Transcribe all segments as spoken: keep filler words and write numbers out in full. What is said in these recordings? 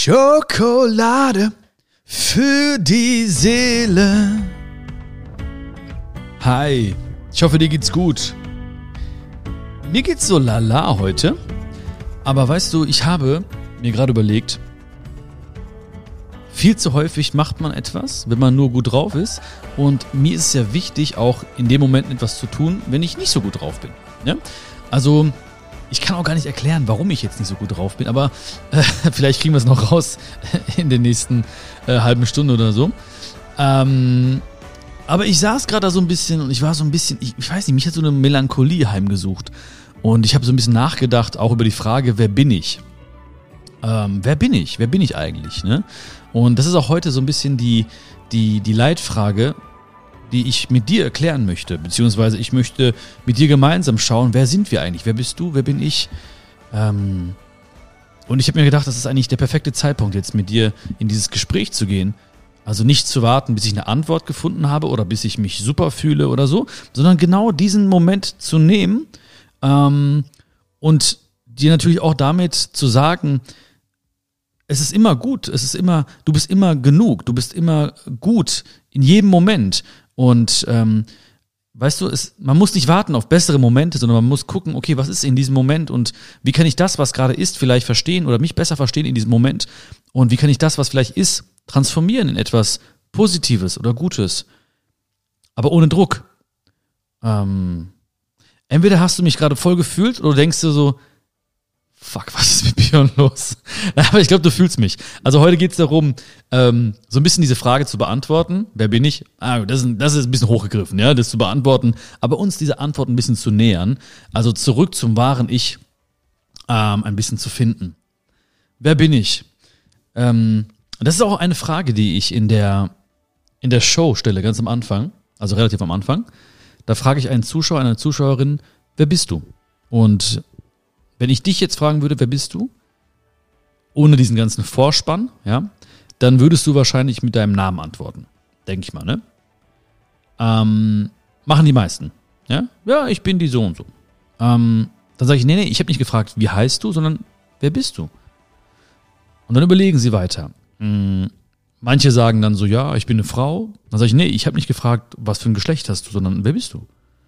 Schokolade für die Seele. Hi, ich hoffe, dir geht's gut. Mir geht's so lala heute, aber weißt du, ich habe mir gerade überlegt, viel zu häufig macht man etwas, wenn man nur gut drauf ist, und mir ist es ja wichtig, auch in dem Moment etwas zu tun, wenn ich nicht so gut drauf bin. Ja? Also ich kann auch gar nicht erklären, warum ich jetzt nicht so gut drauf bin, aber äh, vielleicht kriegen wir es noch raus in der nächsten äh, halben Stunde oder so. Ähm, aber ich saß gerade da so ein bisschen und ich war so ein bisschen, ich, ich weiß nicht, mich hat so eine Melancholie heimgesucht. Und ich habe so ein bisschen nachgedacht, auch über die Frage, wer bin ich? Ähm, wer bin ich? Wer bin ich eigentlich? Ne? Und das ist auch heute so ein bisschen die, die, die Leitfrage, die ich mit dir erklären möchte, beziehungsweise ich möchte mit dir gemeinsam schauen, wer sind wir eigentlich? Wer bist du? Wer bin ich? Ähm, und ich habe mir gedacht, das ist eigentlich der perfekte Zeitpunkt, jetzt mit dir in dieses Gespräch zu gehen. Also nicht zu warten, bis ich eine Antwort gefunden habe oder bis ich mich super fühle oder so, sondern genau diesen Moment zu nehmen ähm, und dir natürlich auch damit zu sagen, es ist immer gut, es ist immer, du bist immer genug, du bist immer gut in jedem Moment. Und ähm, weißt du, es, man muss nicht warten auf bessere Momente, sondern man muss gucken, okay, was ist in diesem Moment und wie kann ich das, was gerade ist, vielleicht verstehen oder mich besser verstehen in diesem Moment, und wie kann ich das, was vielleicht ist, transformieren in etwas Positives oder Gutes, aber ohne Druck. Ähm, entweder hast du mich gerade voll gefühlt oder denkst du so, fuck, was ist mit Björn los? Aber ich glaube, du fühlst mich. Also heute geht es darum, ähm, so ein bisschen diese Frage zu beantworten. Wer bin ich? Ah, das ist, das ist ein bisschen hochgegriffen, ja, das zu beantworten. Aber uns diese Antwort ein bisschen zu nähern. Also zurück zum wahren Ich ähm, ein bisschen zu finden. Wer bin ich? Ähm, das ist auch eine Frage, die ich in der, in der Show stelle, ganz am Anfang. Also relativ am Anfang. Da frage ich einen Zuschauer, eine Zuschauerin, wer bist du? Und wenn ich dich jetzt fragen würde, wer bist du? Ohne diesen ganzen Vorspann, ja, dann würdest du wahrscheinlich mit deinem Namen antworten. Denke ich mal, ne? Ähm, machen die meisten. Ja, ja, ich bin die so und so. Ähm, dann sage ich, nee, nee, ich habe nicht gefragt, wie heißt du, sondern wer bist du? Und dann überlegen sie weiter. Hm, manche sagen dann so, ja, ich bin eine Frau. Dann sage ich, nee, ich habe nicht gefragt, was für ein Geschlecht hast du, sondern wer bist du?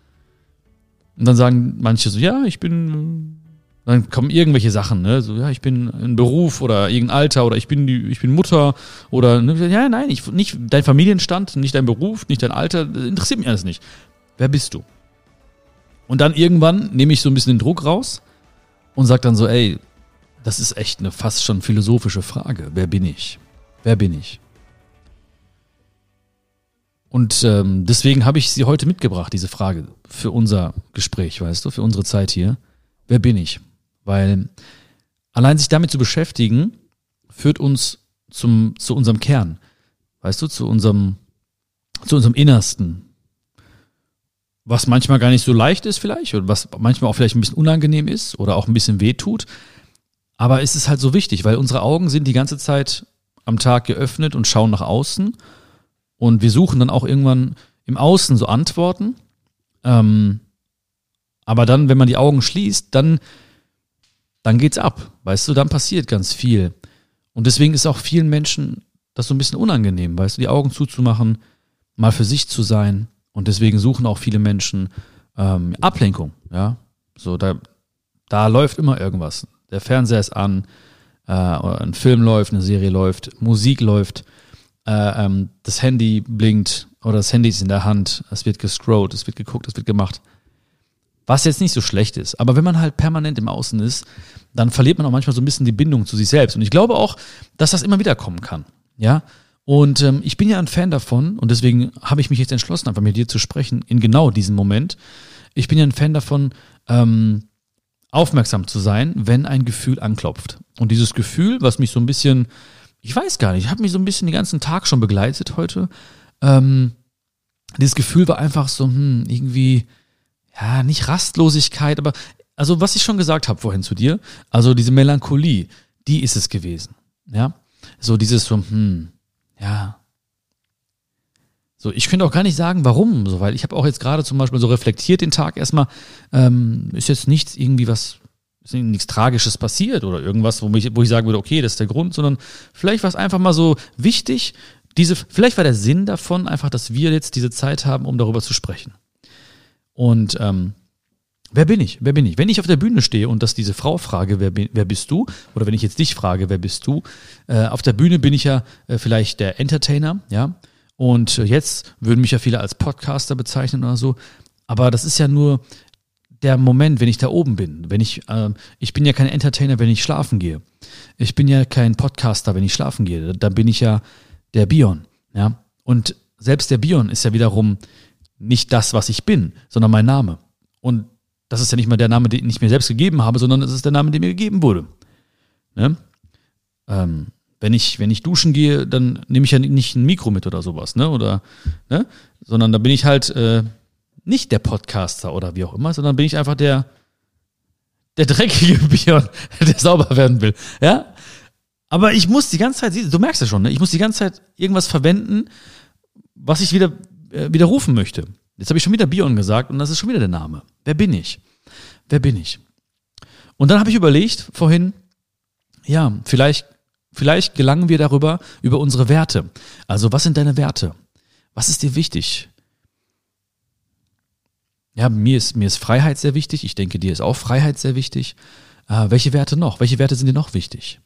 Und dann sagen manche so, ja, ich bin... Dann kommen irgendwelche Sachen, ne, so, ja, ich bin ein Beruf oder irgendein Alter oder ich bin die, ich bin Mutter oder, ne, ja, nein, ich, nicht dein Familienstand, nicht dein Beruf, nicht dein Alter, interessiert mich alles nicht. Wer bist du? Und dann irgendwann nehme ich so ein bisschen den Druck raus und sage dann so, ey, das ist echt eine fast schon philosophische Frage. Wer bin ich? Wer bin ich? Und ähm, deswegen habe ich sie heute mitgebracht, diese Frage, für unser Gespräch, weißt du, für unsere Zeit hier. Wer bin ich? Weil allein sich damit zu beschäftigen, führt uns zum, zu unserem Kern. Weißt du, zu unserem, zu unserem Innersten. Was manchmal gar nicht so leicht ist vielleicht und was manchmal auch vielleicht ein bisschen unangenehm ist oder auch ein bisschen wehtut. Aber es ist halt so wichtig, weil unsere Augen sind die ganze Zeit am Tag geöffnet und schauen nach außen. Und wir suchen dann auch irgendwann im Außen so Antworten. Ähm, aber dann, wenn man die Augen schließt, dann dann geht's ab, weißt du, dann passiert ganz viel. Und deswegen ist auch vielen Menschen das so ein bisschen unangenehm, weißt du, die Augen zuzumachen, mal für sich zu sein. Und deswegen suchen auch viele Menschen ähm, Ablenkung, ja. So, da, da läuft immer irgendwas. Der Fernseher ist an, äh, ein Film läuft, eine Serie läuft, Musik läuft, äh, ähm, das Handy blinkt oder das Handy ist in der Hand, es wird gescrollt, es wird geguckt, es wird gemacht. Was jetzt nicht so schlecht ist. Aber wenn man halt permanent im Außen ist, dann verliert man auch manchmal so ein bisschen die Bindung zu sich selbst. Und ich glaube auch, dass das immer wieder kommen kann. Ja. Und ähm, ich bin ja ein Fan davon und deswegen habe ich mich jetzt entschlossen, einfach mit dir zu sprechen in genau diesem Moment. Ich bin ja ein Fan davon, ähm, aufmerksam zu sein, wenn ein Gefühl anklopft. Und dieses Gefühl, was mich so ein bisschen, ich weiß gar nicht, hat mich so ein bisschen den ganzen Tag schon begleitet heute. Ähm, dieses Gefühl war einfach so, hm, irgendwie, ja, nicht Rastlosigkeit, aber also was ich schon gesagt habe vorhin zu dir, also diese Melancholie, die ist es gewesen, ja, so dieses so, hm, ja, so, ich könnte auch gar nicht sagen, warum, so, weil ich habe auch jetzt gerade zum Beispiel so reflektiert den Tag erstmal, ähm, ist jetzt nichts irgendwie was ist nichts Tragisches passiert oder irgendwas, wo ich, wo ich sagen würde, okay, das ist der Grund, sondern vielleicht war es einfach mal so wichtig, diese, vielleicht war der Sinn davon einfach, dass wir jetzt diese Zeit haben, um darüber zu sprechen. Und ähm, wer bin ich? Wer bin ich? Wenn ich auf der Bühne stehe und dass diese Frau frage, wer, wer bist du? Oder wenn ich jetzt dich frage, wer bist du? Äh, auf der Bühne bin ich ja äh, vielleicht der Entertainer, ja. Und äh, jetzt würden mich ja viele als Podcaster bezeichnen oder so. Aber das ist ja nur der Moment, wenn ich da oben bin. Wenn ich, äh, ich bin ja kein Entertainer, wenn ich schlafen gehe. Ich bin ja kein Podcaster, wenn ich schlafen gehe. Da bin ich ja der Bion, ja. Und selbst der Bion ist ja wiederum nicht das, was ich bin, sondern mein Name. Und das ist ja nicht mal der Name, den ich mir selbst gegeben habe, sondern es ist der Name, der mir gegeben wurde. Ne? Ähm, wenn ich, wenn ich duschen gehe, dann nehme ich ja nicht ein Mikro mit oder sowas, ne? Oder, ne? Sondern da bin ich halt äh, nicht der Podcaster oder wie auch immer, sondern bin ich einfach der, der dreckige Bion, der sauber werden will. Ja? Aber ich muss die ganze Zeit, du merkst ja schon, ne? Ich muss die ganze Zeit irgendwas verwenden, was ich wieder äh, widerrufen möchte. Jetzt habe ich schon wieder Bion gesagt und das ist schon wieder der Name. Wer bin ich? Wer bin ich? Und dann habe ich überlegt vorhin, ja, vielleicht, vielleicht gelangen wir darüber, über unsere Werte. Also was sind deine Werte? Was ist dir wichtig? Ja, mir ist, mir ist Freiheit sehr wichtig. Ich denke, dir ist auch Freiheit sehr wichtig. Äh, welche Werte noch? Welche Werte sind dir noch wichtig?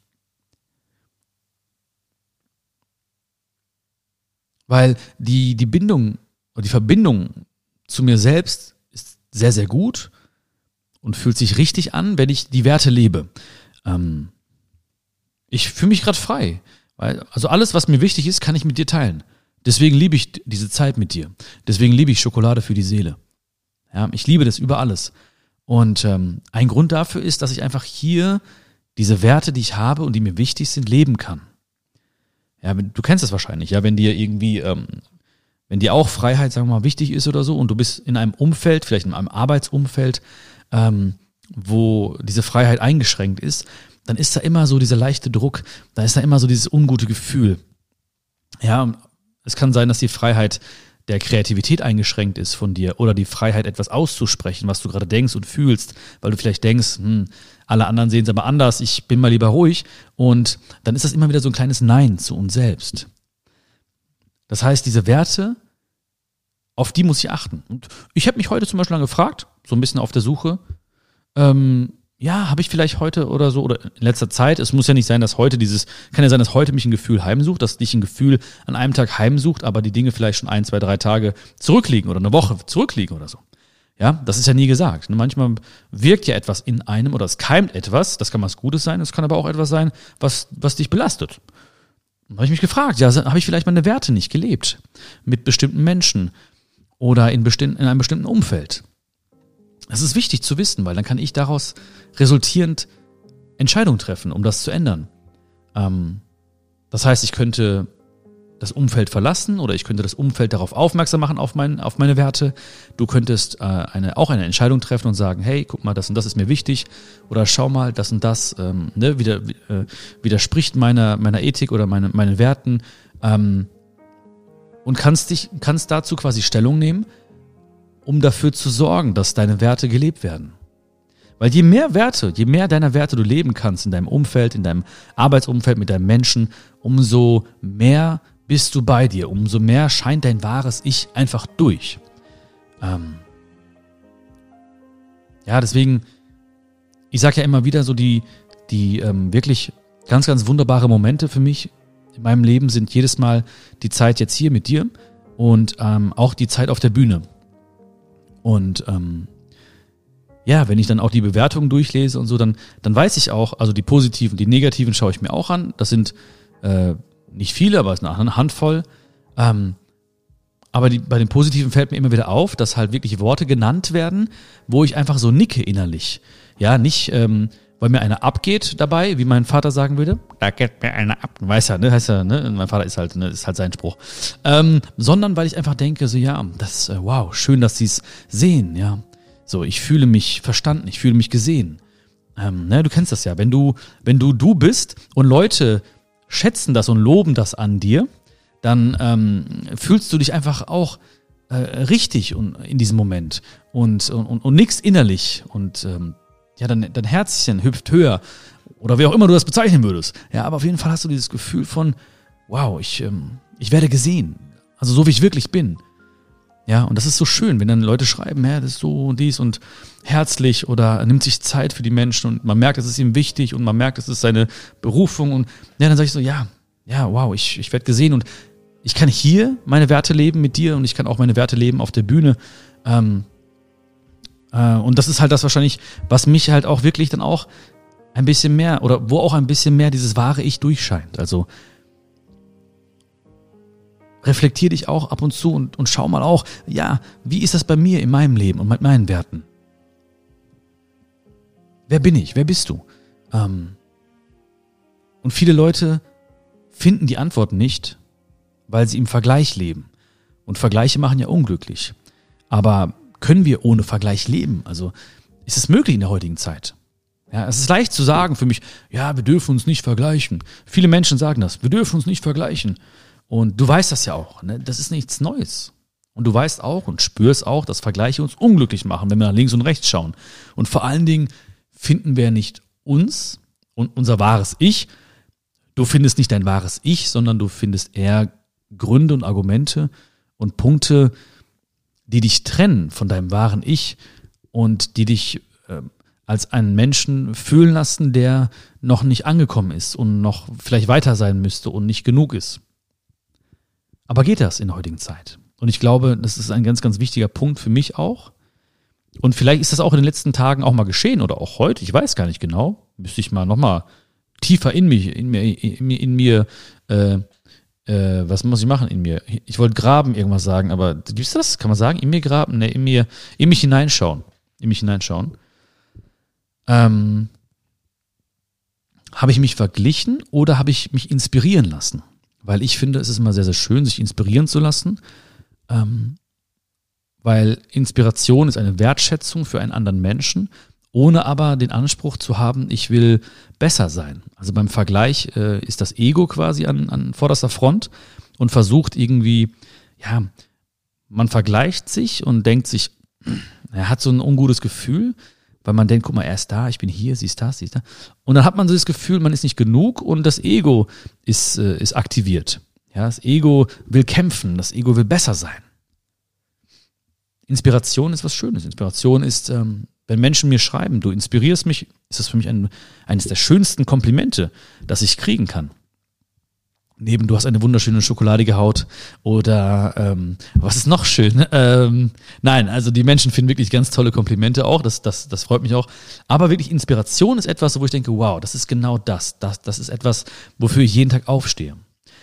Weil die, die Bindung oder die Verbindung zu mir selbst ist sehr, sehr gut und fühlt sich richtig an, wenn ich die Werte lebe. Ähm, ich fühle mich gerade frei. Weil, also alles, was mir wichtig ist, kann ich mit dir teilen. Deswegen liebe ich diese Zeit mit dir. Deswegen liebe ich Schokolade für die Seele. Ja, ich liebe das über alles. Und ähm, ein Grund dafür ist, dass ich einfach hier diese Werte, die ich habe und die mir wichtig sind, leben kann. Ja, du kennst das wahrscheinlich, ja, wenn dir irgendwie, ähm, wenn dir auch Freiheit, sagen wir mal, wichtig ist oder so und du bist in einem Umfeld, vielleicht in einem Arbeitsumfeld, ähm, wo diese Freiheit eingeschränkt ist, dann ist da immer so dieser leichte Druck, da ist da immer so dieses ungute Gefühl. Ja, es kann sein, dass die Freiheit der Kreativität eingeschränkt ist von dir oder die Freiheit, etwas auszusprechen, was du gerade denkst und fühlst, weil du vielleicht denkst, hm, alle anderen sehen es aber anders, ich bin mal lieber ruhig und dann ist das immer wieder so ein kleines Nein zu uns selbst. Das heißt, diese Werte, auf die muss ich achten. Und ich habe mich heute zum Beispiel lang gefragt, so ein bisschen auf der Suche, ähm, ja, habe ich vielleicht heute oder so, oder in letzter Zeit, es muss ja nicht sein, dass heute dieses, kann ja sein, dass heute mich ein Gefühl heimsucht, dass dich ein Gefühl an einem Tag heimsucht, aber die Dinge vielleicht schon ein, zwei, drei Tage zurückliegen oder eine Woche zurückliegen oder so. Ja, das ist ja nie gesagt. Manchmal wirkt ja etwas in einem oder es keimt etwas, das kann was Gutes sein, es kann aber auch etwas sein, was, was dich belastet. Dann habe ich mich gefragt, ja, habe ich vielleicht meine Werte nicht gelebt mit bestimmten Menschen oder in, bestimm- in einem bestimmten Umfeld. Das ist wichtig zu wissen, weil dann kann ich daraus resultierend Entscheidungen treffen, um das zu ändern. Ähm, das heißt, ich könnte das Umfeld verlassen oder ich könnte das Umfeld darauf aufmerksam machen, auf, mein, auf meine Werte. Du könntest äh, eine, auch eine Entscheidung treffen und sagen, hey, guck mal, das und das ist mir wichtig oder schau mal, das und das ähm, ne, wider, äh, widerspricht meiner, meiner Ethik oder meine, meinen Werten ähm, und kannst, dich, kannst dazu quasi Stellung nehmen, um dafür zu sorgen, dass deine Werte gelebt werden. Weil je mehr Werte, je mehr deiner Werte du leben kannst in deinem Umfeld, in deinem Arbeitsumfeld, mit deinem Menschen, umso mehr bist du bei dir, umso mehr scheint dein wahres Ich einfach durch. Ähm ja, deswegen, ich sage ja immer wieder so, die, die ähm, wirklich ganz, ganz wunderbare Momente für mich in meinem Leben sind jedes Mal die Zeit jetzt hier mit dir und ähm, auch die Zeit auf der Bühne. Und ähm, ja, wenn ich dann auch die Bewertungen durchlese und so, dann, dann weiß ich auch, also die positiven, die negativen schaue ich mir auch an. Das sind äh, nicht viele, aber es ist eine Handvoll. Ähm, aber die, bei den positiven fällt mir immer wieder auf, dass halt wirklich Worte genannt werden, wo ich einfach so nicke innerlich. Ja, nicht, ähm, weil mir einer abgeht dabei, wie mein Vater sagen würde. Da geht mir einer ab. Weiß ja, ne, heißt ja, ne, mein Vater ist halt, ne, ist halt sein Spruch. Ähm, sondern weil ich einfach denke, so, ja, das, äh, wow, schön, dass sie es sehen, ja. So, ich fühle mich verstanden, ich fühle mich gesehen. Ähm, ne, du kennst das ja, wenn du, wenn du du bist und Leute schätzen das und loben das an dir, dann ähm, fühlst du dich einfach auch äh, richtig und in diesem Moment und und und, und nix innerlich und ähm, ja, dein, dein Herzchen hüpft höher oder wie auch immer du das bezeichnen würdest. Ja, aber auf jeden Fall hast du dieses Gefühl von, wow, ich, ähm, ich werde gesehen. Also so, wie ich wirklich bin. Ja, und das ist so schön, wenn dann Leute schreiben, ja, das ist so und dies und herzlich oder nimmt sich Zeit für die Menschen und man merkt, es ist ihm wichtig und man merkt, es ist seine Berufung und ja, dann sage ich so, ja, ja, wow, ich, ich werde gesehen und ich kann hier meine Werte leben mit dir und ich kann auch meine Werte leben auf der Bühne. Ähm, äh, und das ist halt das wahrscheinlich, was mich halt auch wirklich dann auch ein bisschen mehr oder wo auch ein bisschen mehr dieses wahre Ich durchscheint. Also reflektier dich auch ab und zu und, und schau mal auch, ja, wie ist das bei mir in meinem Leben und mit meinen Werten? Wer bin ich? Wer bist du? Ähm, und viele Leute finden die Antwort nicht, weil sie im Vergleich leben. Und Vergleiche machen ja unglücklich. Aber können wir ohne Vergleich leben? Also ist es möglich in der heutigen Zeit? Ja, es ist leicht zu sagen für mich, ja, wir dürfen uns nicht vergleichen. Viele Menschen sagen das, wir dürfen uns nicht vergleichen. Und du weißt das ja auch, ne? Das ist nichts Neues. Und du weißt auch und spürst auch, dass Vergleiche uns unglücklich machen, wenn wir nach links und rechts schauen. Und vor allen Dingen finden wir nicht uns und unser wahres Ich. Du findest nicht dein wahres Ich, sondern du findest eher Gründe und Argumente und Punkte, die dich trennen von deinem wahren Ich und die dich äh, als einen Menschen fühlen lassen, der noch nicht angekommen ist und noch vielleicht weiter sein müsste und nicht genug ist. Aber geht das in der heutigen Zeit? Und ich glaube, das ist ein ganz, ganz wichtiger Punkt für mich auch. Und vielleicht ist das auch in den letzten Tagen auch mal geschehen oder auch heute, ich weiß gar nicht genau. Müsste ich mal nochmal tiefer in mich, in mir, in mir, in mir äh, äh, was muss ich machen in mir? Ich wollte graben irgendwas sagen, aber gibt's das? Kann man sagen? In mir graben? Ne, in mir, in mich hineinschauen. In mich hineinschauen. Ähm, habe ich mich verglichen oder habe ich mich inspirieren lassen? Weil ich finde, es ist immer sehr, sehr schön, sich inspirieren zu lassen. Ähm, weil Inspiration ist eine Wertschätzung für einen anderen Menschen, ohne aber den Anspruch zu haben, ich will besser sein. Also beim Vergleich äh, ist das Ego quasi an, an vorderster Front und versucht irgendwie, ja, man vergleicht sich und denkt sich, er hat so ein ungutes Gefühl, weil man denkt, guck mal, er ist da, ich bin hier, sie ist da, sie ist da. Und dann hat man so das Gefühl, man ist nicht genug und das Ego ist, äh, ist aktiviert. Ja, das Ego will kämpfen, das Ego will besser sein. Inspiration ist was Schönes. Inspiration ist, ähm, wenn Menschen mir schreiben, du inspirierst mich, ist das für mich ein, eines der schönsten Komplimente, das ich kriegen kann. Neben, du hast eine wunderschöne schokoladige Haut oder ähm, was ist noch schön? Ähm, nein, also die Menschen finden wirklich ganz tolle Komplimente auch, das, das, das freut mich auch. Aber wirklich Inspiration ist etwas, wo ich denke, wow, das ist genau das. Das, das ist etwas, wofür ich jeden Tag aufstehe.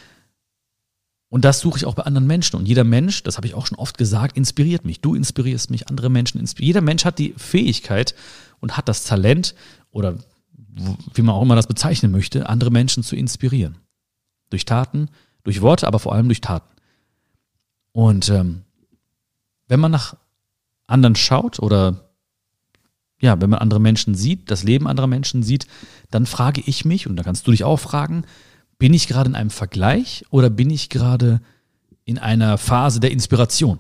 Und das suche ich auch bei anderen Menschen. Und jeder Mensch, das habe ich auch schon oft gesagt, inspiriert mich. Du inspirierst mich, andere Menschen inspirieren. Jeder Mensch hat die Fähigkeit und hat das Talent oder wie man auch immer das bezeichnen möchte, andere Menschen zu inspirieren. Durch Taten, durch Worte, aber vor allem durch Taten. Und ähm, wenn man nach anderen schaut oder ja, wenn man andere Menschen sieht, das Leben anderer Menschen sieht, dann frage ich mich, und da kannst du dich auch fragen, bin ich gerade in einem Vergleich oder bin ich gerade in einer Phase der Inspiration?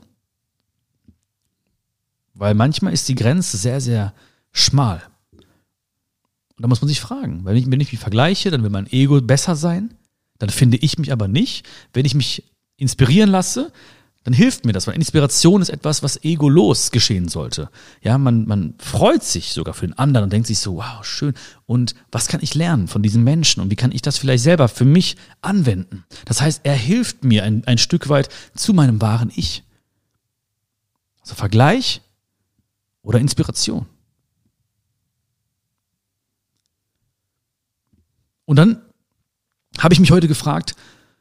Weil manchmal ist die Grenze sehr, sehr schmal. Und da muss man sich fragen, wenn ich, wenn ich mich vergleiche, dann will mein Ego besser sein, dann finde ich mich aber nicht. Wenn ich mich inspirieren lasse, dann hilft mir das, weil Inspiration ist etwas, was egolos geschehen sollte. Ja, man, man freut sich sogar für den anderen und denkt sich so, wow, schön. Und was kann ich lernen von diesem Menschen und wie kann ich das vielleicht selber für mich anwenden? Das heißt, er hilft mir ein, ein Stück weit zu meinem wahren Ich. Also Vergleich oder Inspiration. Und dann habe ich mich heute gefragt,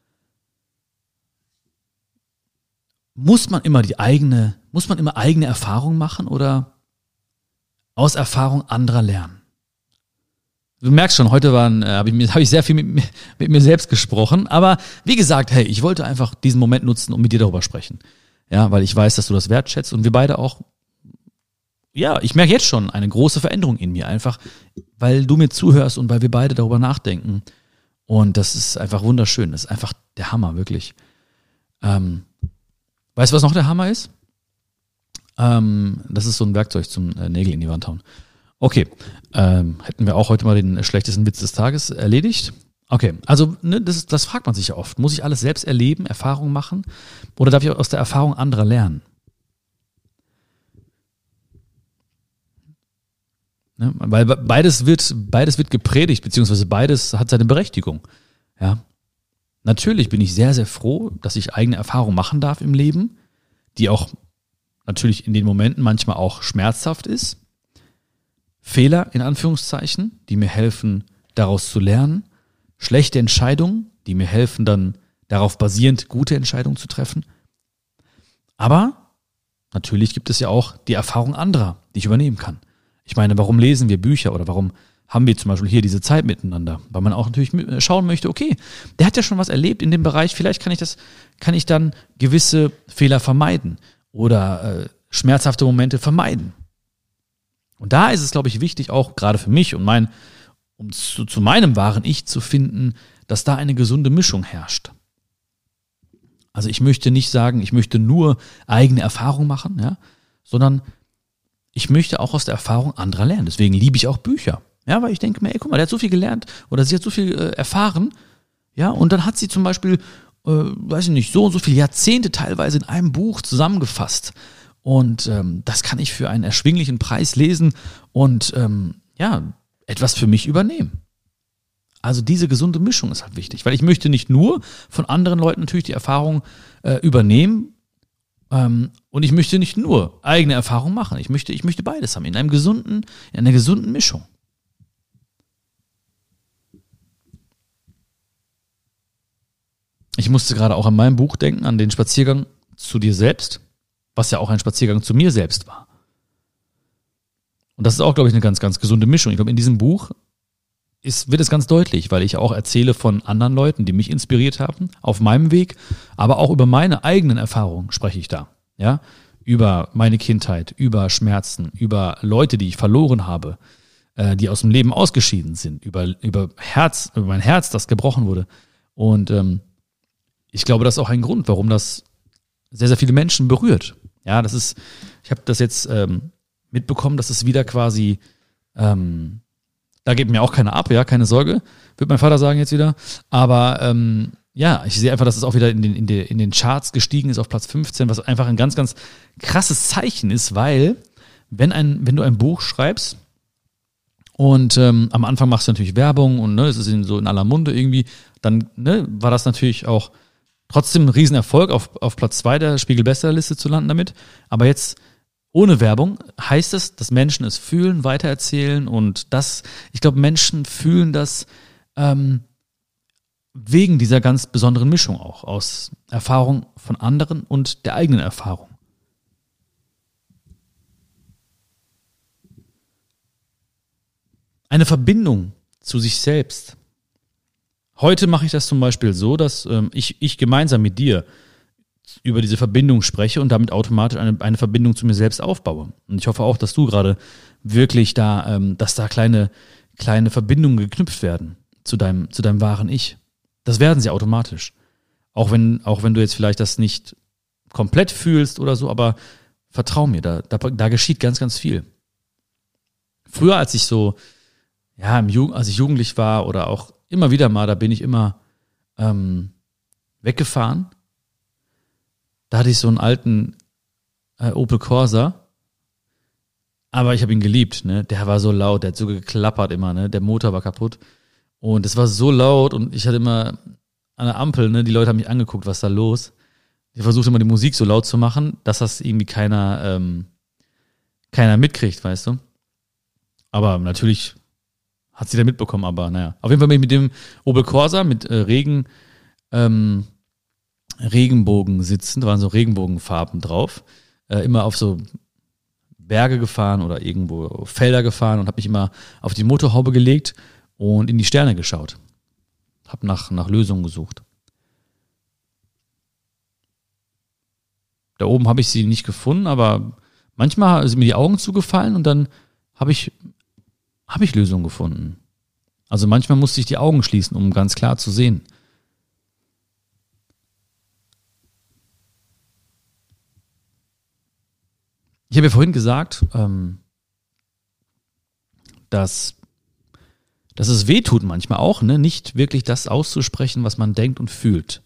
muss man immer die eigene, muss man immer eigene Erfahrung machen oder aus Erfahrung anderer lernen? Du merkst schon, heute waren, äh, habe ich, hab ich sehr viel mit, mir- mit mir selbst gesprochen, aber wie gesagt, hey, ich wollte einfach diesen Moment nutzen, um mit dir darüber sprechen. Ja, weil ich weiß, dass du das wertschätzt und wir beide auch, ja, ich merke jetzt schon eine große Veränderung in mir, einfach, weil du mir zuhörst und weil wir beide darüber nachdenken. Und das ist einfach wunderschön, das ist einfach der Hammer, wirklich. Ähm, weißt du, was noch der Hammer ist? Ähm, das ist so ein Werkzeug zum äh, Nägel in die Wand hauen. Okay, ähm, hätten wir auch heute mal den schlechtesten Witz des Tages erledigt. Okay, also ne, das, das fragt man sich ja oft. Muss ich alles selbst erleben, Erfahrungen machen oder darf ich aus der Erfahrung anderer lernen? Ne? Weil beides wird, beides wird gepredigt, beziehungsweise beides hat seine Berechtigung. Ja, natürlich bin ich sehr, sehr froh, dass ich eigene Erfahrungen machen darf im Leben, die auch natürlich in den Momenten manchmal auch schmerzhaft ist. Fehler in Anführungszeichen, die mir helfen, daraus zu lernen. Schlechte Entscheidungen, die mir helfen, dann darauf basierend gute Entscheidungen zu treffen. Aber natürlich gibt es ja auch die Erfahrung anderer, die ich übernehmen kann. Ich meine, warum lesen wir Bücher oder warum haben wir zum Beispiel hier diese Zeit miteinander? Weil man auch natürlich schauen möchte, okay, der hat ja schon was erlebt in dem Bereich, vielleicht kann ich das, kann ich dann gewisse Fehler vermeiden oder äh, schmerzhafte Momente vermeiden. Und da ist es, glaube ich, wichtig, auch gerade für mich und mein, um zu, zu meinem wahren Ich zu finden, dass da eine gesunde Mischung herrscht. Also ich möchte nicht sagen, ich möchte nur eigene Erfahrung machen, ja, sondern ich möchte auch aus der Erfahrung anderer lernen. Deswegen liebe ich auch Bücher. Ja, weil ich denke mir, ey, guck mal, der hat so viel gelernt oder sie hat so viel äh, erfahren, ja, und dann hat sie zum Beispiel, äh, weiß ich nicht, so und so viele Jahrzehnte teilweise in einem Buch zusammengefasst. Und ähm, das kann ich für einen erschwinglichen Preis lesen und ähm, ja, etwas für mich übernehmen. Also diese gesunde Mischung ist halt wichtig, weil ich möchte nicht nur von anderen Leuten natürlich die Erfahrung äh, übernehmen ähm, und ich möchte nicht nur eigene Erfahrung machen. Ich möchte, ich möchte beides haben, in einem gesunden, in einer gesunden Mischung. Ich musste gerade auch an mein Buch denken, an den Spaziergang zu dir selbst, was ja auch ein Spaziergang zu mir selbst war. Und das ist auch, glaube ich, eine ganz, ganz gesunde Mischung. Ich glaube, in diesem Buch ist, wird es ganz deutlich, weil ich auch erzähle von anderen Leuten, die mich inspiriert haben, auf meinem Weg, aber auch über meine eigenen Erfahrungen spreche ich da. Ja? Über meine Kindheit, über Schmerzen, über Leute, die ich verloren habe, äh, die aus dem Leben ausgeschieden sind, über, über Herz, über mein Herz, das gebrochen wurde. Und ähm, ich glaube, das ist auch ein Grund, warum das sehr, sehr viele Menschen berührt. Ja, das ist, ich habe das jetzt ähm, mitbekommen, dass es wieder quasi, ähm, da geht mir auch keiner ab, ja, keine Sorge, wird mein Vater sagen jetzt wieder. Aber ähm, ja, ich sehe einfach, dass es auch wieder in den, in, der, in den Charts gestiegen ist auf Platz fünfzehn, was einfach ein ganz, ganz krasses Zeichen ist, weil wenn, ein, wenn du ein Buch schreibst und ähm, am Anfang machst du natürlich Werbung und ne, es ist in, so in aller Munde irgendwie, dann ne, war das natürlich auch trotzdem ein Riesenerfolg, auf, auf Platz zwei der Spiegel-Bestsellerliste zu landen damit. Aber jetzt ohne Werbung heißt es, dass Menschen es fühlen, weitererzählen und das, ich glaube, Menschen fühlen das ähm, wegen dieser ganz besonderen Mischung auch aus Erfahrung von anderen und der eigenen Erfahrung. Eine Verbindung zu sich selbst. Heute mache ich das zum Beispiel so, dass ähm, ich, ich gemeinsam mit dir über diese Verbindung spreche und damit automatisch eine, eine Verbindung zu mir selbst aufbaue. Und ich hoffe auch, dass du gerade wirklich da, ähm, dass da kleine, kleine Verbindungen geknüpft werden zu deinem, zu deinem wahren Ich. Das werden sie automatisch. Auch wenn, auch wenn du jetzt vielleicht das nicht komplett fühlst oder so, aber vertrau mir, da, da, da geschieht ganz, ganz viel. Früher, als ich so, ja, im Jugend, als ich jugendlich war oder auch immer wieder mal, da bin ich immer ähm, weggefahren. Da hatte ich so einen alten äh, Opel Corsa, aber ich habe ihn geliebt, ne? Der war so laut, der hat so geklappert immer, ne? Der Motor war kaputt und es war so laut und ich hatte immer an der Ampel, ne? Die Leute haben mich angeguckt, was ist da los? Ich versuchte immer die Musik so laut zu machen, dass das irgendwie keiner ähm, keiner mitkriegt, weißt du? Aber natürlich hat sie da mitbekommen, aber naja. Auf jeden Fall bin ich mit dem Opel Corsa mit äh, Regen ähm, Regenbogen sitzen, da waren so Regenbogenfarben drauf, äh, immer auf so Berge gefahren oder irgendwo auf Felder gefahren und habe mich immer auf die Motorhaube gelegt und in die Sterne geschaut. Habe nach, nach Lösungen gesucht. Da oben habe ich sie nicht gefunden, aber manchmal sind mir die Augen zugefallen und dann habe ich, hab ich Lösungen gefunden. Also manchmal musste ich die Augen schließen, um ganz klar zu sehen. Ich habe ja vorhin gesagt, ähm, dass, dass es weh tut manchmal auch, ne? Nicht wirklich das auszusprechen, was man denkt und fühlt.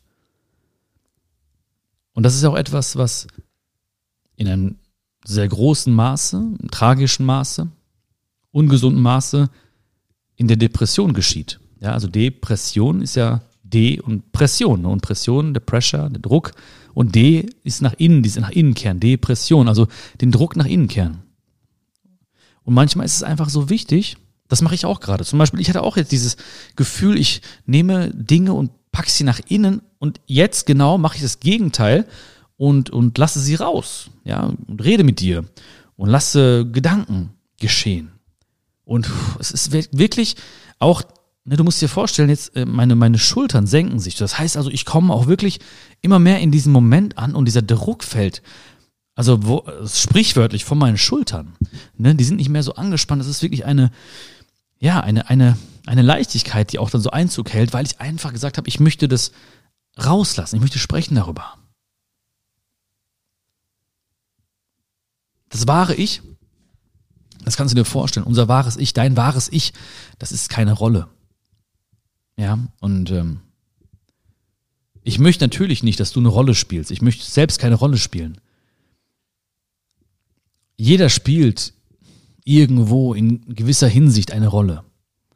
Und das ist auch etwas, was in einem sehr großen Maße, im tragischen Maße, ungesunden Maße in der Depression geschieht. Ja, also Depression ist ja D und Pression. Ne? Und Pression, der Pressure, der Druck. Und D ist nach innen, diese nach innen kehren. Depression, also den Druck nach innen kehren. Und manchmal ist es einfach so wichtig, das mache ich auch gerade. Zum Beispiel, ich hatte auch jetzt dieses Gefühl, ich nehme Dinge und packe sie nach innen und jetzt genau mache ich das Gegenteil und, und lasse sie raus. Ja, und rede mit dir und lasse Gedanken geschehen. Und es ist wirklich auch, ne, du musst dir vorstellen, jetzt meine, meine Schultern senken sich. Das heißt also, ich komme auch wirklich immer mehr in diesen Moment an und dieser Druck fällt, also wo, sprichwörtlich von meinen Schultern. Ne, die sind nicht mehr so angespannt. Das ist wirklich eine, ja, eine, eine, eine Leichtigkeit, die auch dann so Einzug hält, weil ich einfach gesagt habe, ich möchte das rauslassen. Ich möchte sprechen darüber. Das wahre Ich, das kannst du dir vorstellen, unser wahres Ich, dein wahres Ich, das ist keine Rolle. Ja, und ähm, ich möchte natürlich nicht, dass du eine Rolle spielst. Ich möchte selbst keine Rolle spielen. Jeder spielt irgendwo in gewisser Hinsicht eine Rolle.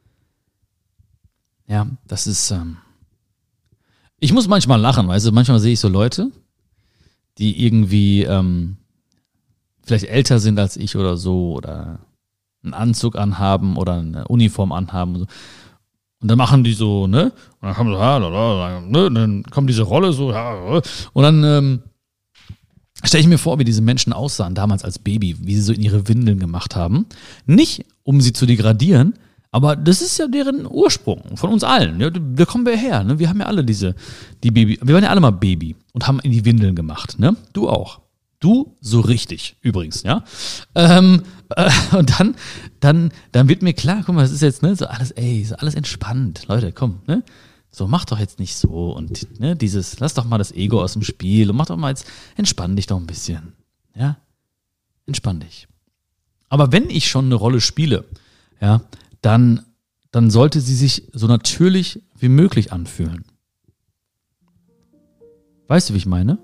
Ja, das ist, ähm ich muss manchmal lachen, weißt du, manchmal sehe ich so Leute, die irgendwie ähm, vielleicht älter sind als ich oder so oder einen Anzug anhaben oder eine Uniform anhaben und so. Und dann machen die so, ne? Und dann kommen so, ja, ne? Dann kommt diese Rolle so, ja, und dann ähm, stelle ich mir vor, wie diese Menschen aussahen damals als Baby, wie sie so in ihre Windeln gemacht haben. Nicht, um sie zu degradieren, aber das ist ja deren Ursprung von uns allen. Ja, da kommen wir her, ne? Wir haben ja alle diese, die Baby, wir waren ja alle mal Baby und haben in die Windeln gemacht, ne? Du auch. Du so richtig, übrigens, ja. Ähm, äh, und dann, dann, dann wird mir klar, guck mal, das ist jetzt, ne, so alles, ey, so alles entspannt. Leute, komm, ne? So, mach doch jetzt nicht so und, ne, dieses, lass doch mal das Ego aus dem Spiel und mach doch mal jetzt, entspann dich doch ein bisschen, ja. Entspann dich. Aber wenn ich schon eine Rolle spiele, ja, dann, dann sollte sie sich so natürlich wie möglich anfühlen. Weißt du, wie ich meine?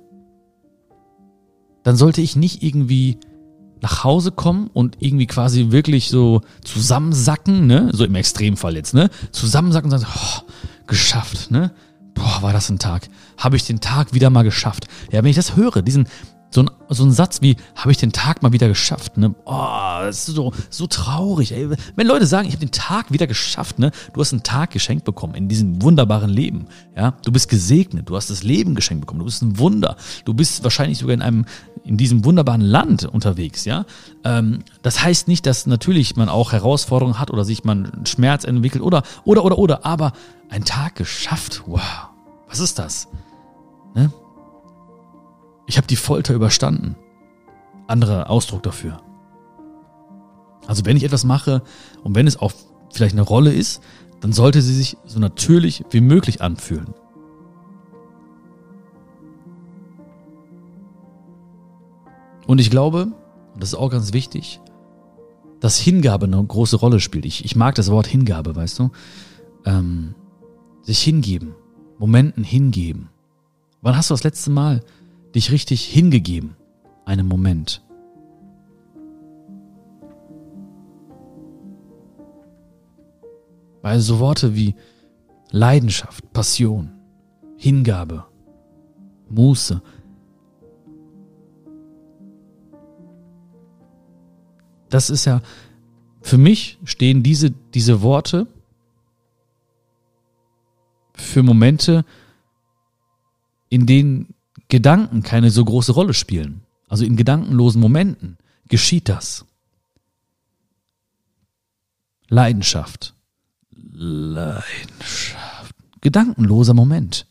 Dann sollte ich nicht irgendwie nach Hause kommen und irgendwie quasi wirklich so zusammensacken, ne, so im Extremfall jetzt, ne, zusammensacken und sagen, oh, geschafft, ne, boah, war das ein Tag, habe ich den Tag wieder mal geschafft. Ja, wenn ich das höre, diesen, so ein, so ein Satz wie, habe ich den Tag mal wieder geschafft, ne, oh, das ist so, so traurig, ey. Wenn Leute sagen, ich habe den Tag wieder geschafft, ne, du hast einen Tag geschenkt bekommen in diesem wunderbaren Leben, ja, du bist gesegnet, du hast das Leben geschenkt bekommen, du bist ein Wunder, du bist wahrscheinlich sogar in einem, in diesem wunderbaren Land unterwegs, ja. Ähm, das heißt nicht, dass natürlich man auch Herausforderungen hat oder sich man Schmerz entwickelt oder, oder, oder, oder, aber ein Tag geschafft, wow, was ist das, ne? Ich habe die Folter überstanden. Anderer Ausdruck dafür. Also wenn ich etwas mache und wenn es auch vielleicht eine Rolle ist, dann sollte sie sich so natürlich wie möglich anfühlen. Und ich glaube, und das ist auch ganz wichtig, dass Hingabe eine große Rolle spielt. Ich, ich mag das Wort Hingabe, weißt du? Ähm, sich hingeben, Momenten hingeben. Wann hast du das letzte Mal dich richtig hingegeben? Einen Moment. Weil so Worte wie Leidenschaft, Passion, Hingabe, Muße, das ist ja, für mich stehen diese, diese Worte für Momente, in denen Gedanken keine so große Rolle spielen. Also in gedankenlosen Momenten geschieht das. Leidenschaft. Leidenschaft. Gedankenloser Moment.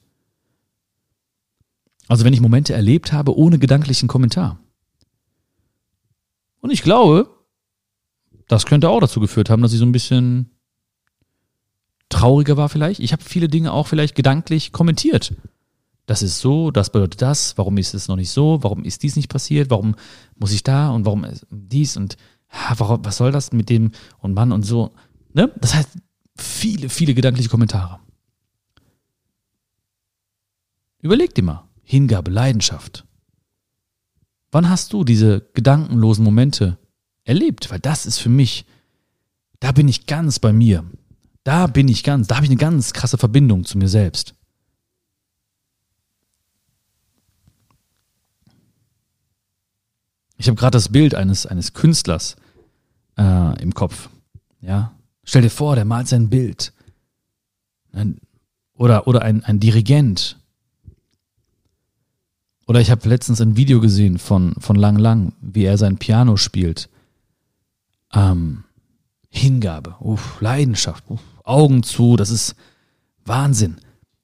Also wenn ich Momente erlebt habe ohne gedanklichen Kommentar. Und ich glaube, das könnte auch dazu geführt haben, dass ich so ein bisschen trauriger war vielleicht. Ich habe viele Dinge auch vielleicht gedanklich kommentiert. Das ist so, das bedeutet das, warum ist es noch nicht so, warum ist dies nicht passiert, warum muss ich da und warum dies und warum, was soll das mit dem und Mann und so. Ne? Das heißt, viele, viele gedankliche Kommentare. Überleg dir mal, Hingabe, Leidenschaft. Wann hast du diese gedankenlosen Momente erlebt? Weil das ist für mich, da bin ich ganz bei mir. Da bin ich ganz, da habe ich eine ganz krasse Verbindung zu mir selbst. Ich habe gerade das Bild eines, eines Künstlers äh, im Kopf. Ja? Stell dir vor, der malt sein Bild. Oder, oder ein, ein Dirigent. Oder ich habe letztens ein Video gesehen von, von Lang Lang, wie er sein Piano spielt. Ähm, Hingabe, uff, Leidenschaft, uff, Augen zu, das ist Wahnsinn.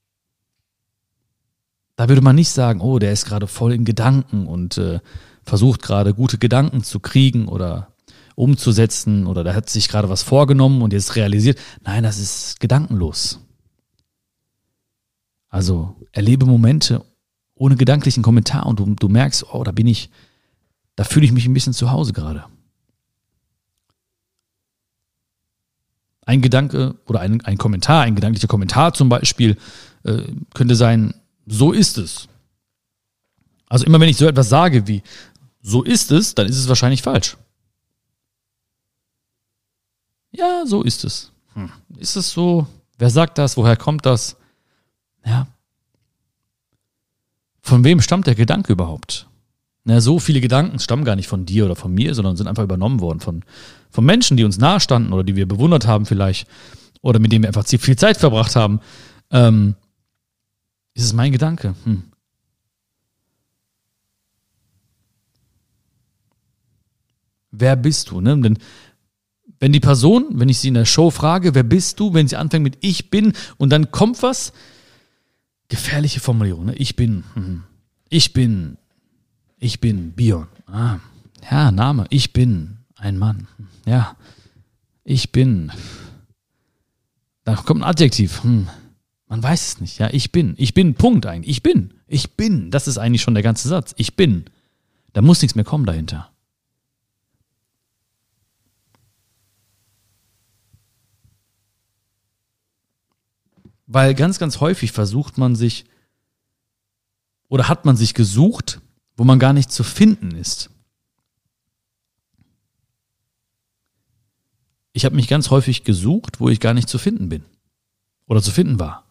Da würde man nicht sagen, oh, der ist gerade voll in Gedanken und äh, versucht gerade gute Gedanken zu kriegen oder umzusetzen oder da hat sich gerade was vorgenommen und jetzt realisiert. Nein, das ist gedankenlos. Also erlebe Momente ohne gedanklichen Kommentar und du, du merkst, oh, da bin ich, da fühle ich mich ein bisschen zu Hause gerade. Ein Gedanke oder ein, ein Kommentar, ein gedanklicher Kommentar zum Beispiel, äh, könnte sein, so ist es. Also immer wenn ich so etwas sage wie, so ist es, dann ist es wahrscheinlich falsch. Ja, so ist es. Hm. Ist es so? Wer sagt das? Woher kommt das? Ja. Von wem stammt der Gedanke überhaupt? Na, so viele Gedanken stammen gar nicht von dir oder von mir, sondern sind einfach übernommen worden von, von Menschen, die uns nahestanden oder die wir bewundert haben vielleicht oder mit denen wir einfach viel Zeit verbracht haben. Ähm, ist es mein Gedanke? Hm. Wer bist du? Ne? Denn wenn die Person, wenn ich sie in der Show frage, wer bist du, wenn sie anfängt mit ich bin und dann kommt was, gefährliche Formulierung, ne? Ich bin, hm. ich bin, ich bin Björn. Ah, ja, Name, ich bin ein Mann. Ja, ich bin. Da kommt ein Adjektiv. Hm. Man weiß es nicht. Ja, ich bin. Ich bin, Punkt eigentlich. Ich bin. Ich bin. Das ist eigentlich schon der ganze Satz. Ich bin. Da muss nichts mehr kommen dahinter. Weil ganz, ganz häufig versucht man sich oder hat man sich gesucht, wo man gar nicht zu finden ist. Ich habe mich ganz häufig gesucht, wo ich gar nicht zu finden bin oder zu finden war.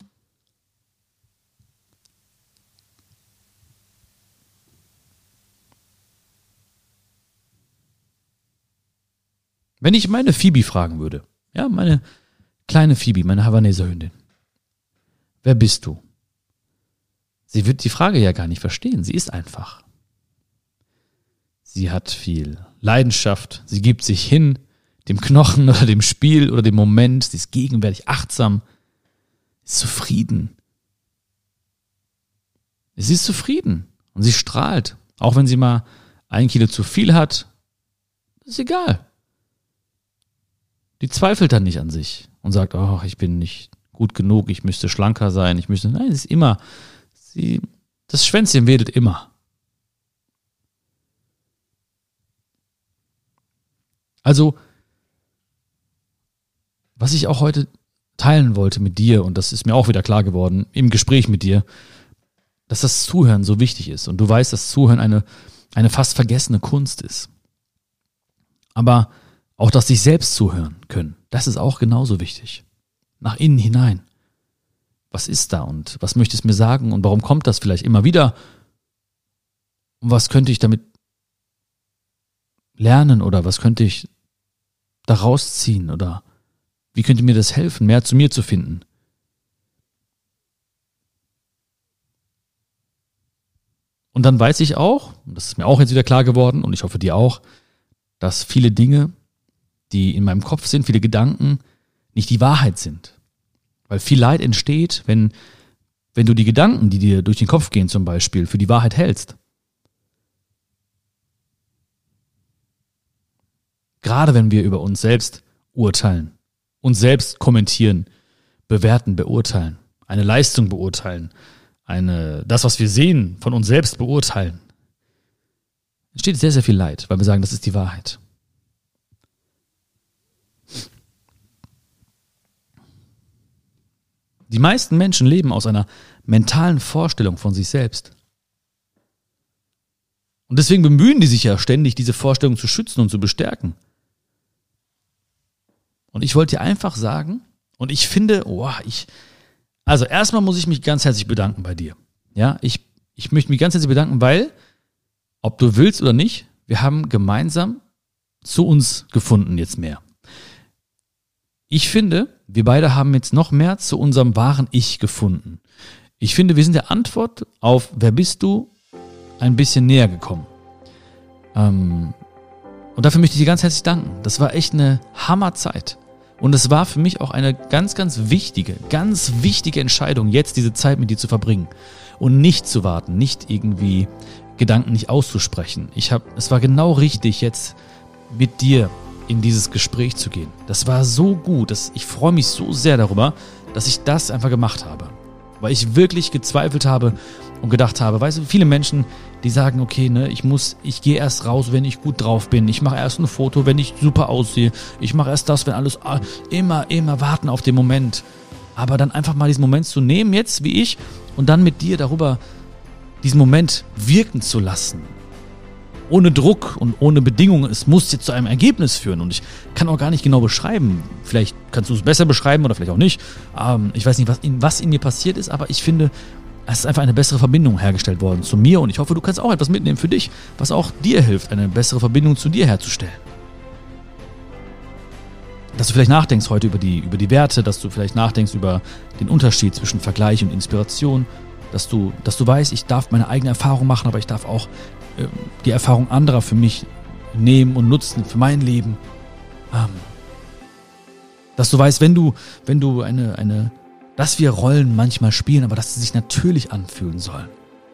Wenn ich meine Phoebe fragen würde, ja, meine kleine Phoebe, meine Havaneser Hündin, wer bist du? Sie wird die Frage ja gar nicht verstehen. Sie ist einfach. Sie hat viel Leidenschaft. Sie gibt sich hin, dem Knochen oder dem Spiel oder dem Moment. Sie ist gegenwärtig, achtsam. Ist zufrieden. Sie ist zufrieden. Und sie strahlt. Auch wenn sie mal ein Kilo zu viel hat, ist egal. Die zweifelt dann nicht an sich und sagt, oh, ich bin nicht gut genug, ich müsste schlanker sein, ich müsste, nein, sie ist immer, sie, das Schwänzchen wedelt immer. Also, was ich auch heute teilen wollte mit dir, und das ist mir auch wieder klar geworden, im Gespräch mit dir, dass das Zuhören so wichtig ist. Und du weißt, dass Zuhören eine, eine fast vergessene Kunst ist. Aber auch das sich selbst zuhören können, das ist auch genauso wichtig. Nach innen hinein. Was ist da und was möchte es mir sagen und warum kommt das vielleicht immer wieder? Und was könnte ich damit lernen oder was könnte ich daraus ziehen oder wie könnte mir das helfen, mehr zu mir zu finden? Und dann weiß ich auch, und das ist mir auch jetzt wieder klar geworden und ich hoffe dir auch, dass viele Dinge, die in meinem Kopf sind, viele Gedanken, nicht die Wahrheit sind. Weil viel Leid entsteht, wenn, wenn du die Gedanken, die dir durch den Kopf gehen zum Beispiel, für die Wahrheit hältst. Gerade wenn wir über uns selbst urteilen, uns selbst kommentieren, bewerten, beurteilen, eine Leistung beurteilen, eine, das, was wir sehen, von uns selbst beurteilen, entsteht sehr, sehr viel Leid, weil wir sagen, das ist die Wahrheit. Die meisten Menschen leben aus einer mentalen Vorstellung von sich selbst. Und deswegen bemühen die sich ja ständig, diese Vorstellung zu schützen und zu bestärken. Und ich wollte dir einfach sagen, und ich finde, oh, ich, also erstmal muss ich mich ganz herzlich bedanken bei dir. Ja, ich, ich möchte mich ganz herzlich bedanken, weil, ob du willst oder nicht, wir haben gemeinsam zu uns gefunden jetzt mehr. Ich finde, wir beide haben jetzt noch mehr zu unserem wahren Ich gefunden. Ich finde, wir sind der Antwort auf Wer bist du? Ein bisschen näher gekommen. Ähm, und dafür möchte ich dir ganz herzlich danken. Das war echt eine Hammerzeit. Und es war für mich auch eine ganz, ganz wichtige, ganz wichtige Entscheidung, jetzt diese Zeit mit dir zu verbringen. Und nicht zu warten, nicht irgendwie Gedanken nicht auszusprechen. Ich hab, es war genau richtig, jetzt mit dir in dieses Gespräch zu gehen. Das war so gut, dass ich freue mich so sehr darüber, dass ich das einfach gemacht habe. Weil ich wirklich gezweifelt habe und gedacht habe, weißt du, viele Menschen, die sagen, okay, ne, ich muss, ich gehe erst raus, wenn ich gut drauf bin. Ich mache erst ein Foto, wenn ich super aussehe. Ich mache erst das, wenn alles, immer, immer warten auf den Moment. Aber dann einfach mal diesen Moment zu nehmen, jetzt wie ich, und dann mit dir darüber diesen Moment wirken zu lassen. Ohne Druck und ohne Bedingungen. Es muss jetzt zu einem Ergebnis führen. Und ich kann auch gar nicht genau beschreiben. Vielleicht kannst du es besser beschreiben oder vielleicht auch nicht. Ähm, ich weiß nicht, was in, was in mir passiert ist, aber ich finde, es ist einfach eine bessere Verbindung hergestellt worden zu mir. Und ich hoffe, du kannst auch etwas mitnehmen für dich, was auch dir hilft, eine bessere Verbindung zu dir herzustellen. Dass du vielleicht nachdenkst heute über die, über die Werte, dass du vielleicht nachdenkst über den Unterschied zwischen Vergleich und Inspiration, dass du, dass du weißt, ich darf meine eigene Erfahrung machen, aber ich darf auch äh, die Erfahrung anderer für mich nehmen und nutzen, für mein Leben. Ähm, dass du weißt, wenn du, wenn du eine, eine, dass wir Rollen manchmal spielen, aber dass sie sich natürlich anfühlen sollen.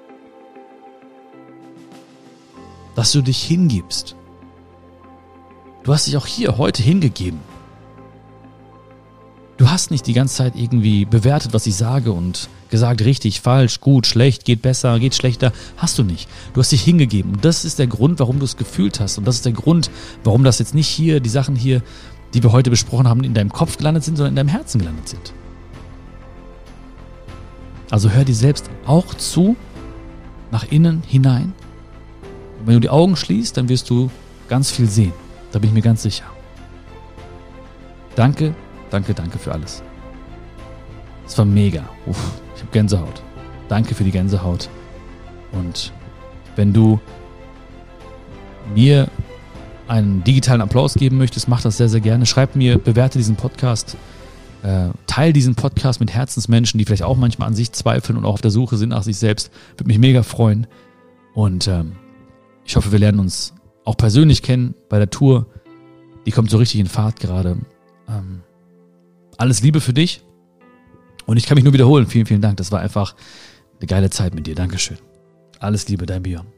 Dass du dich hingibst. Du hast dich auch hier heute hingegeben. Du hast nicht die ganze Zeit irgendwie bewertet, was ich sage und gesagt, richtig, falsch, gut, schlecht, geht besser, geht schlechter. Hast du nicht. Du hast dich hingegeben. Und das ist der Grund, warum du es gefühlt hast. Und das ist der Grund, warum das jetzt nicht hier, die Sachen hier, die wir heute besprochen haben, in deinem Kopf gelandet sind, sondern in deinem Herzen gelandet sind. Also hör dir selbst auch zu, nach innen hinein. Und wenn du die Augen schließt, dann wirst du ganz viel sehen. Da bin ich mir ganz sicher. Danke. Danke, danke für alles. Es war mega. Uff, ich habe Gänsehaut. Danke für die Gänsehaut. Und wenn du mir einen digitalen Applaus geben möchtest, mach das sehr, sehr gerne. Schreib mir, bewerte diesen Podcast. Äh, teil diesen Podcast mit Herzensmenschen, die vielleicht auch manchmal an sich zweifeln und auch auf der Suche sind nach sich selbst. Würde mich mega freuen. Und ähm, ich hoffe, wir lernen uns auch persönlich kennen bei der Tour. Die kommt so richtig in Fahrt gerade. Ähm, Alles Liebe für dich und ich kann mich nur wiederholen. Vielen, vielen Dank. Das war einfach eine geile Zeit mit dir. Dankeschön. Alles Liebe, dein Björn.